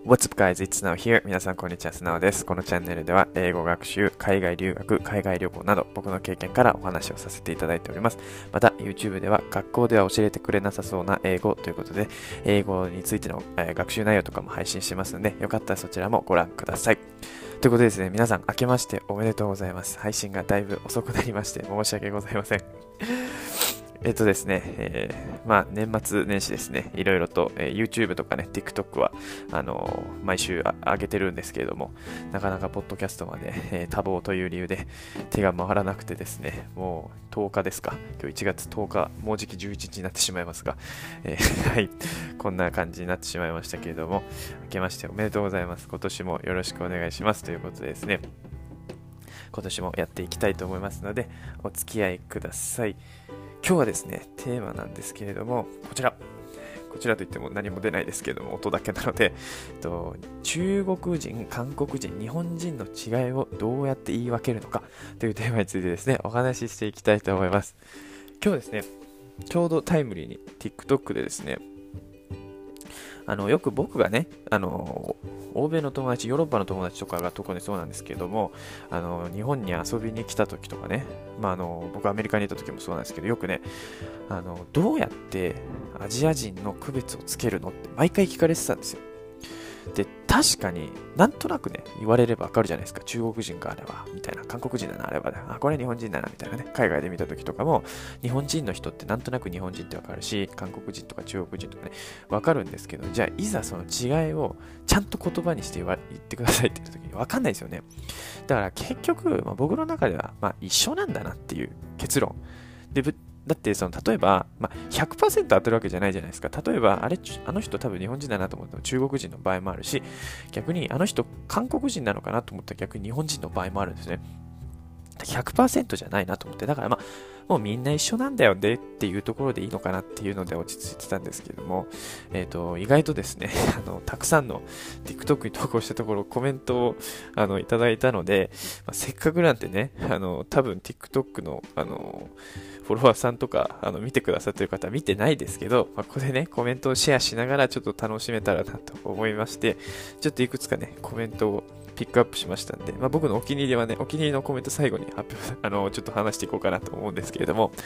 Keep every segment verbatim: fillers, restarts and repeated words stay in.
What's up guys, it's Now here. 皆さんこんにちは、すなおです。このチャンネルでは英語学習、海外留学、海外旅行など僕の経験からお話をさせていただいております。また YouTube では学校では教えてくれなさそうな英語ということで、英語についての、えー学習内容とかも配信してますので、よかったらそちらもご覧ください。ということでですね、皆さん明けましておめでとうございます。配信がだいぶ遅くなりまして申し訳ございません。えっとですね、えー、まあ年末年始ですね、いろいろと、えー、YouTube とかね、TikTok は、あのー毎週あ上げてるんですけれども、なかなかポッドキャストまで、えー多忙という理由で手が回らなくてですね、もうとおかですか、今日いちがつとおか、もうじきじゅういちにちになってしまいますが、えーはい、こんな感じになってしまいましたけれども、明けましておめでとうございます。今年もよろしくお願いしますということでですね、今年もやっていきたいと思いますので、お付き合いください。今日はですね、テーマなんですけれども、こちら。こちらといっても何も出ないですけれども、音だけなので、と中国人、韓国人、日本人の違いをどうやって言い分けるのかというテーマについてですね、お話ししていきたいと思います。今日ですね、ちょうどタイムリーに TikTok でですね、あのよく僕がね、あの欧米の友達、ヨーロッパの友達とかが特にそうなんですけれども、あの日本に遊びに来た時とかね、まあ、あの僕アメリカにいた時もそうなんですけど、よくね、あのどうやってアジア人の区別をつけるのって毎回聞かれてたんですよ。で、確かになんとなくね、言われればわかるじゃないですか。中国人があれば、みたいな。韓国人だな、あれば、あ、これ日本人だな、みたいなね。海外で見た時とかも、日本人の人ってなんとなく日本人ってわかるし、韓国人とか中国人とかね、わかるんですけど、じゃあ、いざその違いをちゃんと言葉にして言わ言ってくださいって言った時にわかんないですよね。だから結局、まあ、僕の中では、まあ、一緒なんだなっていう結論。で、ぶだってその例えば、まあ、ひゃくパーセント当たるわけじゃないじゃないですか。例えば、あれ、あの人多分日本人だなと思っても中国人の場合もあるし、逆にあの人韓国人なのかなと思ったら逆に日本人の場合もあるんですね。ひゃくパーセントじゃないなと思って、だからまあ、もうみんな一緒なんだよねっていうところでいいのかなっていうので落ち着いてたんですけども、えっと、意外とですね、あの、たくさんの TikTok に投稿したところコメントをあのいただいたので、まあ、せっかくなんでね、あの、多分 TikTok の、あの、フォロワーさんとかあの見てくださってる方は見てないですけど、まあ、ここでね、コメントをシェアしながらちょっと楽しめたらなと思いまして、ちょっといくつかね、コメントをピックアップしましたんで、まあ、僕のお気に入りはね、お気に入りのコメント最後に発表、あの、ちょっと話していこうかなと思うんですけれども、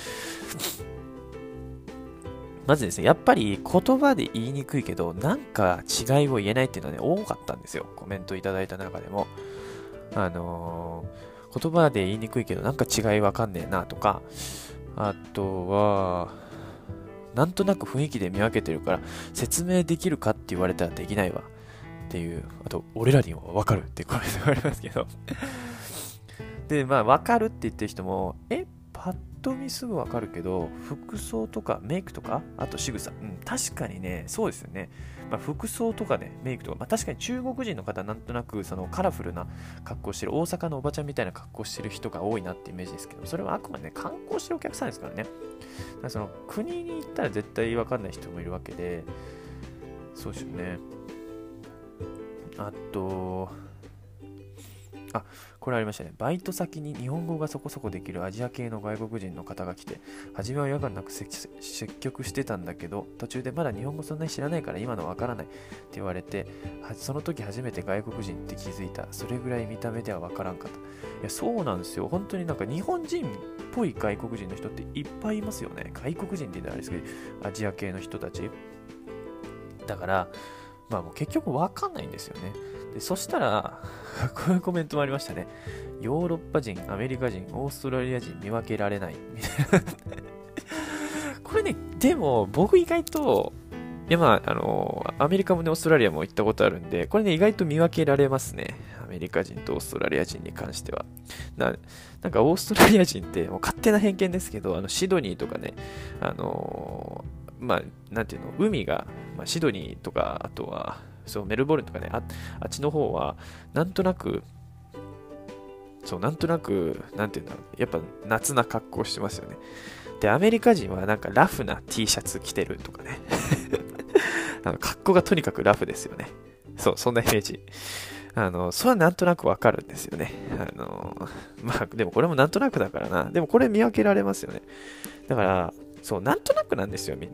まずですね、やっぱり言葉で言いにくいけど、なんか違いを言えないっていうのはね、多かったんですよ。コメントいただいた中でも。あのー言葉で言いにくいけど、なんか違いわかんねえなとか、あとは、なんとなく雰囲気で見分けてるから説明できるかって言われたらできないわっていう、あと、俺らにはわかるっていうコメントがありますけどで、まあ、わかるって言ってる人も、え、パッと見すぐわかるけど、服装とかメイクとか、あと仕草、うん、確かにね、そうですよね。まあ、服装とかね、メイクとか、まあ、確かに中国人の方、なんとなくそのカラフルな格好してる、大阪のおばちゃんみたいな格好してる人が多いなってイメージですけど、それはあくまでね、観光してるお客さんですからね。だからその国に行ったら絶対わかんない人もいるわけで、そうですよね。あと、あ、これありましたね。バイト先に日本語がそこそこできるアジア系の外国人の方が来て、初めは違和感なく積極してたんだけど、途中でまだ日本語そんなに知らないから今のわからないって言われて、その時初めて外国人って気づいた。それぐらい見た目ではわからんかった。いや、そうなんですよ。本当になんか日本人っぽい外国人の人っていっぱいいますよね。外国人って言ったらあれですけど、アジア系の人たち。だから、まあもう結局わかんないんですよね。で、そしたら、こういうコメントもありましたね。ヨーロッパ人、アメリカ人、オーストラリア人見分けられない。みたいな。これね、でも僕意外と、いやまあ、あの、アメリカもね、オーストラリアも行ったことあるんで、これね、意外と見分けられますね。アメリカ人とオーストラリア人に関しては。な、なんかオーストラリア人って、もう勝手な偏見ですけど、あの、シドニーとかね、あのーまあ、なんていうの、海が、まあ、シドニーとか、あとは、そう、メルボルンとかね、あ、あっちの方は、なんとなく、そう、なんとなく、なんていうんだろう、やっぱ夏な格好してますよね。で、アメリカ人はなんかラフな T シャツ着てるとかね。あの格好がとにかくラフですよね。そう、そんなイメージ。あの、それはなんとなくわかるんですよね。あの、まあ、でもこれもなんとなくだからな。でもこれ見分けられますよね。だから、そう、なんとなくなんですよ、みんな。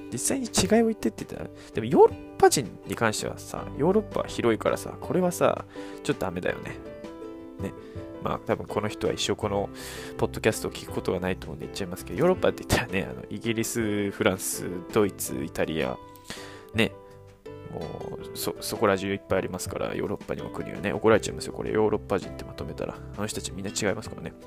実際に違いを言ってって言ったら、でもヨーロッパ人に関してはさ、ヨーロッパは広いからさ、これはさ、ちょっとダメだよね。ね。まあ多分この人は一生このポッドキャストを聞くことがないと思うんで言っちゃいますけど、ヨーロッパって言ったらね、あのイギリス、フランス、ドイツ、イタリア、ね、もうそ、そこら中いっぱいありますから、ヨーロッパにも国がね、怒られちゃいますよ。これヨーロッパ人ってまとめたら、あの人たちみんな違いますからね。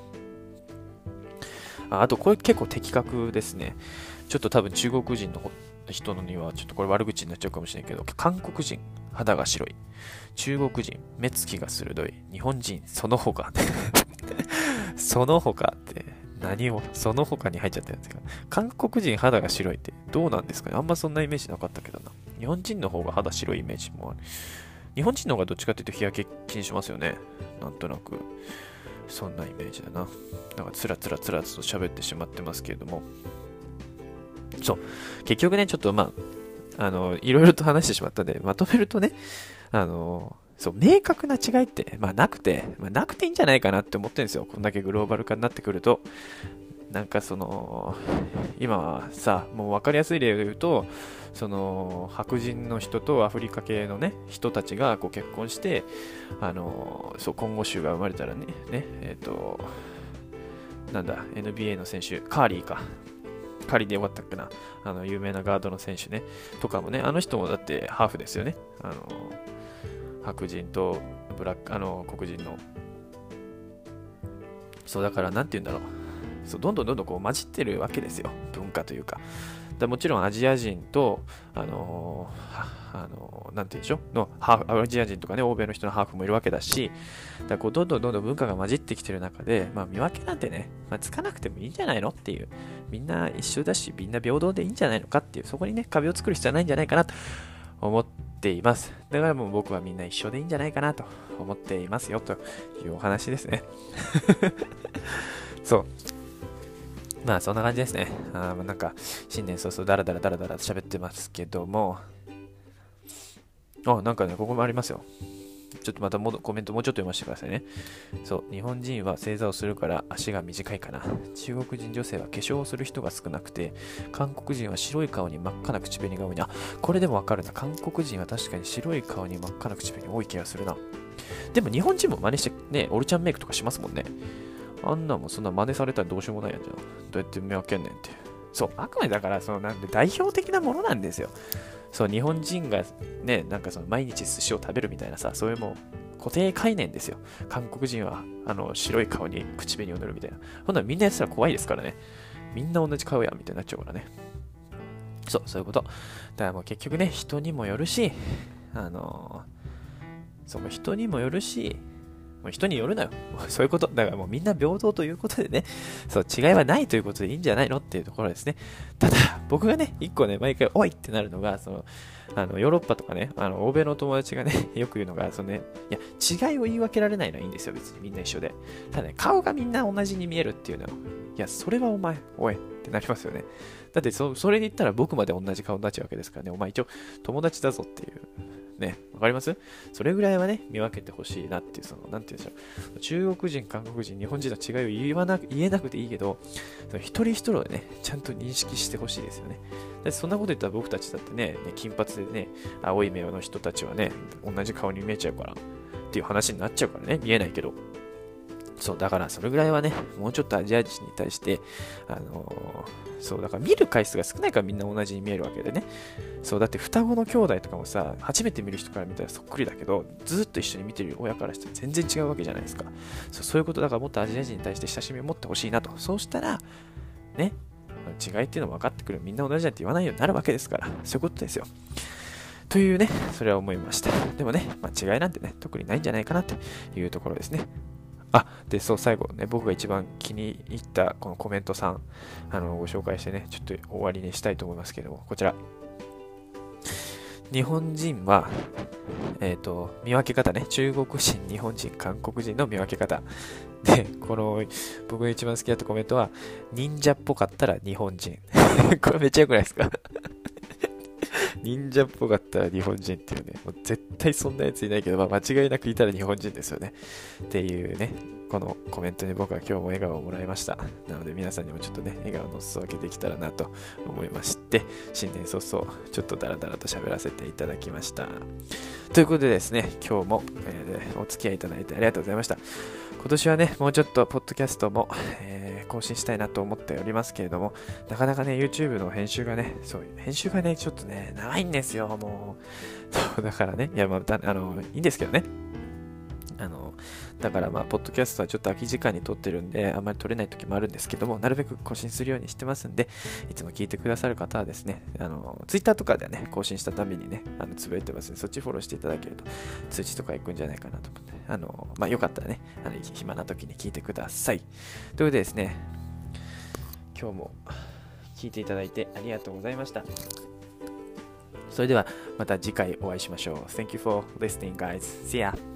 あ, あと、これ結構的確ですね。ちょっと多分中国人の人のには、ちょっとこれ悪口になっちゃうかもしれないけど、韓国人、肌が白い。中国人、目つきが鋭い。日本人、その他。その他って、何を、その他に入っちゃったんですか。韓国人、肌が白いって、どうなんですかね。あんまそんなイメージなかったけどな。日本人の方が肌白いイメージもある。日本人の方がどっちかっていうと日焼け気にしますよね。なんとなく。そんなイメージだな。なんかつらつらつらと喋ってしまってますけれども。そう。結局ね、ちょっとまあ、あの、いろいろと話してしまったんで、まとめるとね、あの、そう、明確な違いって、まあなくて、まあなくていいんじゃないかなって思ってるんですよ。こんだけグローバル化になってくると。なんかその、今はさ、もう分かりやすい例を言うと、その、白人の人とアフリカ系のね、人たちがこう結婚して、あの、そう、今後州が生まれたらね、ね、えっと、なんだ、エヌビーエー の選手、カーリーか。カーリーでよかったっけな。あの、有名なガードの選手ね、とかもね、あの人もだってハーフですよね。あの、白人とブラック、あの、黒人の。そうだから、なんて言うんだろう。そうどんどんどんどんこう混じってるわけですよ。文化というか。だもちろんアジア人と、あのー、あのー、なんて言うんでしょのハーフ、アジア人とかね、欧米の人のハーフもいるわけだし、だこうどんどんどんどん文化が混じってきてる中で、まあ見分けなんてね、まあ、つかなくてもいいんじゃないのっていう、みんな一緒だし、みんな平等でいいんじゃないのかっていう、そこにね、壁を作る必要はないんじゃないかなと思っています。だからもう僕はみんな一緒でいいんじゃないかなと思っていますよというお話ですね。そう。まあそんな感じですね。あなんか新年早々ダラダラダラダラ喋ってますけども、あ、なんかね、ここもありますよ。ちょっとまたもコメントもうちょっと読ませてくださいね。そう、日本人は正座をするから足が短いかな。中国人女性は化粧をする人が少なくて、韓国人は白い顔に真っ赤な口紅が多いな。これでもわかるな。韓国人は確かに白い顔に真っ赤な口紅多い気がするな。でも日本人も真似してね、オルちゃんメイクとかしますもんね。あんなもんそんな真似されたらどうしようもないやんじゃん。どうやって見分けんねんって。そう、あくまでだから、そのなんで代表的なものなんですよ。そう、日本人がね、なんかその毎日寿司を食べるみたいなさ、そういうもう固定概念ですよ。韓国人はあの白い顔に口紅を塗るみたいな。ほんならみんなやつら怖いですからね。みんな同じ顔やんみたいになっちゃうからね。そう、そういうこと。だからもう結局ね、人にもよるし、あのー、その人にもよるし、もう人によるなよ。そういうこと。だからもうみんな平等ということでね、そう違いはないということでいいんじゃないのっていうところですね。ただ、僕がね、一個ね、毎回、おいってなるのが、その、あの、ヨーロッパとかね、あの、欧米の友達がね、よく言うのが、そのね、いや、違いを言い分けられないのはいいんですよ、別にみんな一緒で。ただね、顔がみんな同じに見えるっていうのは、いや、それはお前、おいってなりますよね。だってそ、それで言ったら僕まで同じ顔になっちゃうわけですからね、お前一応友達だぞっていう。ね、わかります？それぐらいはね、見分けてほしいなっていう、その、なんて言うんでしょう。中国人、韓国人、日本人の違いを言わな言えなくていいけど、その一人一人をね、ちゃんと認識してほしいですよね。だってそんなこと言ったら僕たちだってね、ね金髪でね、青い目の人たちはね、同じ顔に見えちゃうから、っていう話になっちゃうからね、見えないけど。そう、だからそれぐらいはね、もうちょっとアジア人に対して、あのー、そう、だから見る回数が少ないからみんな同じに見えるわけでね。そう、だって双子の兄弟とかもさ、初めて見る人から見たらそっくりだけど、ずっと一緒に見てる親からしたら全然違うわけじゃないですか。そう、そういうことだからもっとアジア人に対して親しみを持ってほしいなと。そうしたら、ね、違いっていうのも分かってくる。みんな同じだって言わないようになるわけですから、そういうことですよ。というね、それは思いました。でもね、まあ、違いなんてね、特にないんじゃないかなというところですね。あ、で、そう、最後ね、僕が一番気に入ったこのコメントさん、あの、ご紹介してね、ちょっと終わりにしたいと思いますけれども、こちら。日本人は、えっと、見分け方ね、中国人、日本人、韓国人の見分け方。で、この、僕が一番好きだったコメントは、忍者っぽかったら日本人。これめっちゃ良くないですか？ 忍者っぽかったら日本人っていうね、もう絶対そんなやついないけど、まあ、間違いなくいたら日本人ですよね。っていうね、このコメントに僕は今日も笑顔をもらいました。なので皆さんにもちょっとね、笑顔のお裾分けできたらなと思いまして、新年早々、ちょっとダラダラと喋らせていただきました。ということでですね、今日も、えー、お付き合いいただいてありがとうございました。今年はね、もうちょっとポッドキャストも、えー、更新したいなと思っておりますけれども、なかなかね、YouTube の編集がね、そういう、編集がね、ちょっとね、長いんですよ、もう。そう、だからね、いや、まあ、あの、いいんですけどね。あの、だからまあ、ポッドキャストはちょっと空き時間に撮ってるんで、あんまり撮れない時もあるんですけども、なるべく更新するようにしてますんで、いつも聞いてくださる方はですね、あの、Twitter とかではね、更新したたびにね、あの、つぶやいてますんで、そっちフォローしていただけると、通知とか行くんじゃないかなと思って、あの、まあ、よかったらね、あの、暇な時に聞いてください。ということでですね、今日も聞いていただいてありがとうございました。それでは、また次回お会いしましょう。Thank you for listening, guys. See ya!